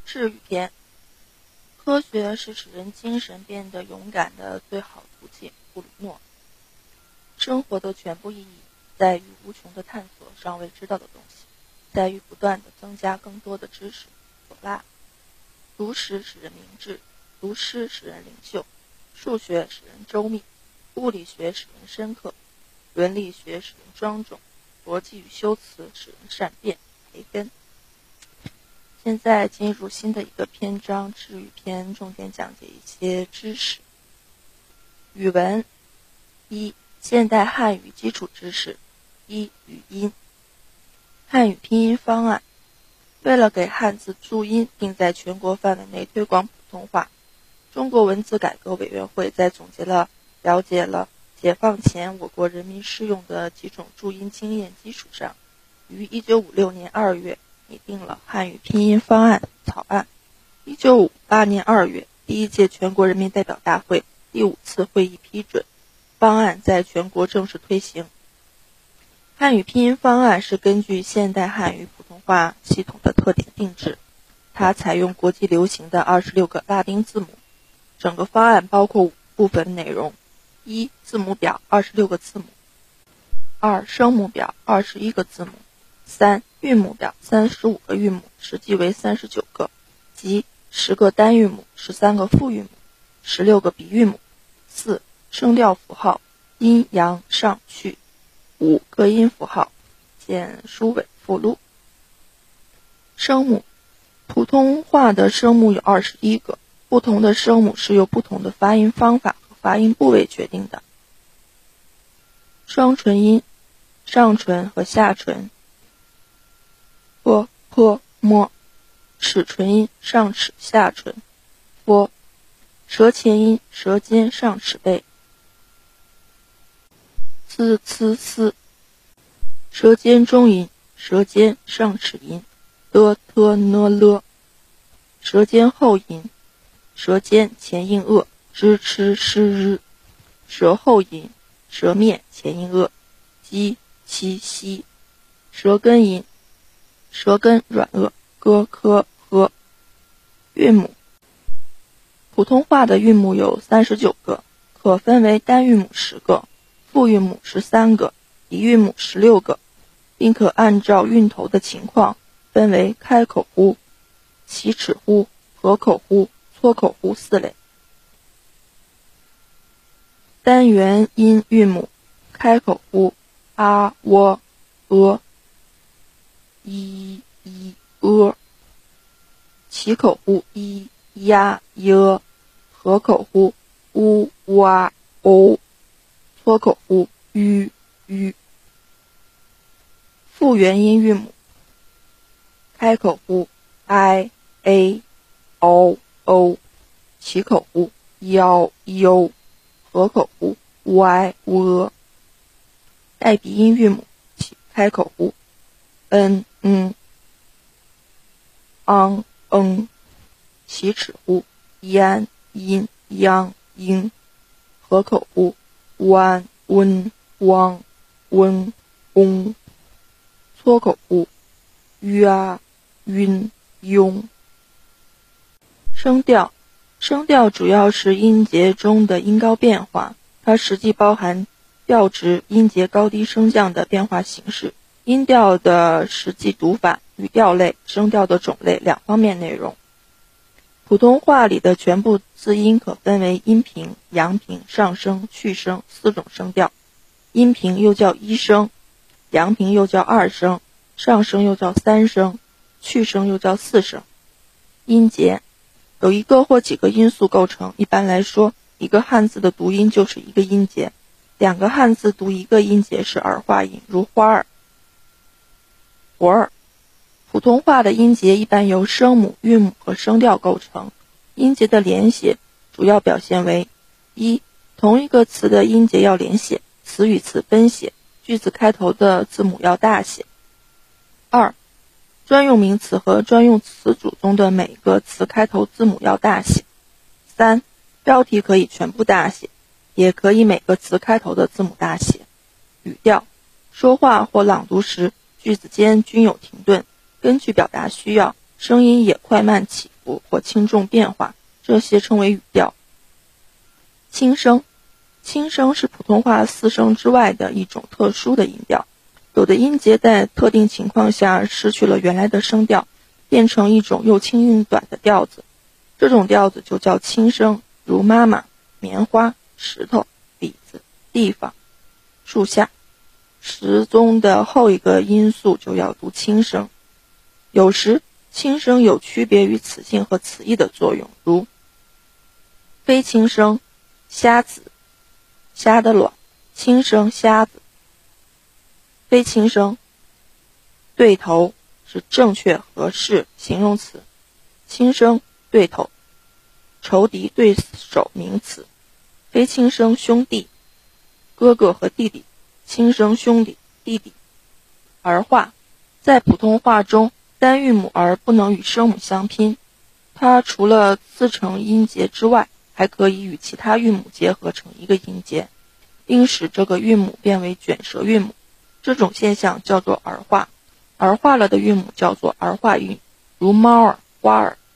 治语篇。科学是使人精神变得勇敢的最好途径。布鲁诺。生活的全部意义在于无穷的探索尚未知道的东西，在于不断的增加更多的知识。索拉。读史使人明智，读诗使人灵秀，数学使人周密，物理学使人深刻，伦理学使人庄重，逻辑与修辞使人善变。培根。现在进入新的一个篇章，治语篇，重点讲解一些知识。语文。一、现代汉语基础知识。一、语音。汉语拼音方案。为了给汉字注音，并在全国范围内推广普通话，中国文字改革委员会在了解了解放前我国人民适用的几种注音经验基础上，于1956年2月拟定了汉语拼音方案草案。1958年2月，第一届全国人民代表大会第5次会议批准，方案在全国正式推行。汉语拼音方案是根据现代汉语普通话系统的特点定制，它采用国际流行的26个拉丁字母。整个方案包括5部分内容：一、字母表26个字母；二、声母表21个字母；三、韵母表35个韵母，实际为39个，即10个单韵母、13个复韵母、16个鼻韵母；四、声调符号阴阳上去；五、各音符号见书尾附录。声母。普通话的声母有21个，不同的声母是由不同的发音方法和发音部位决定的。双唇音，上唇和下唇。坡摸。齿唇音，上齿下唇。佛。舌前音，舌尖上齿背。呲。舌尖中音，舌尖上齿音。了。舌尖后音，舌尖前音吃日。舌后音，舌面前音西。舌根音，舌根软呵。韵母。普通话的韵母有39个，可分为单韵母10个，复韵母13个，鼻韵母16个，并可按照韵头的情况分为开口呼、起齿呼、合口呼、撮口呼4类。单元音韵母。开口呼啊、喔、一、起口呼一、呀、合口呼乌、哇、哦，撮口呼吁。复元音韵母。开口呼 i、a、o、起口呼腰、合口呼 y、带鼻音韵母。开口呼起齿呼yan、yang、合口呼弯、汪、撮口呼晕、庸。声调。声调主要是音节中的音高变化，它实际包含调值、音节高低升降的变化形式，音调的实际读法、语调类、声调的种类2方面内容。普通话里的全部字音可分为阴平、阳平、上声、去声4种声调。阴平又叫1声，阳平又叫2声，上声又叫3声，去声又叫4声。音节有一个或几个因素构成，一般来说，一个汉字的读音就是一个音节，2个汉字读一个音节是儿化音，如花儿、活儿。普通话的音节一般由声母、韵母和声调构成。音节的连写主要表现为：一、同一个词的音节要连写，词与词分写，句子开头的字母要大写；二、专用名词和专用词组中的每个词开头字母要大写；三、标题可以全部大写，也可以每个词开头的字母大写。语调。说话或朗读时，句子间均有停顿，根据表达需要， 声音也快慢起伏或轻重变化，这些称为语调。轻声，轻声是普通话四声之外的一种特殊的音调，有的音节在特定情况下失去了原来的声调，变成一种又轻又短的调子，这种调子就叫轻声，如妈妈、棉花、石头、李子、地方、树下。时中的后一个音素就要读轻声。有时轻声有区别于此性和此义的作用，如非轻声虾子，虾的卵，轻声虾子。非轻声对头是正确合适形容词，轻声对头仇敌对手名词。非轻声兄弟，哥哥和弟弟，轻声兄弟弟弟。儿化，在普通话中单韵母儿不能与声母相拼，它除了自成音节之外，还可以与其他韵母结合成一个音节，并使这个韵母变为卷舌韵母，这种现象叫做儿化。儿化了的韵母叫做儿化韵，如猫儿、花儿。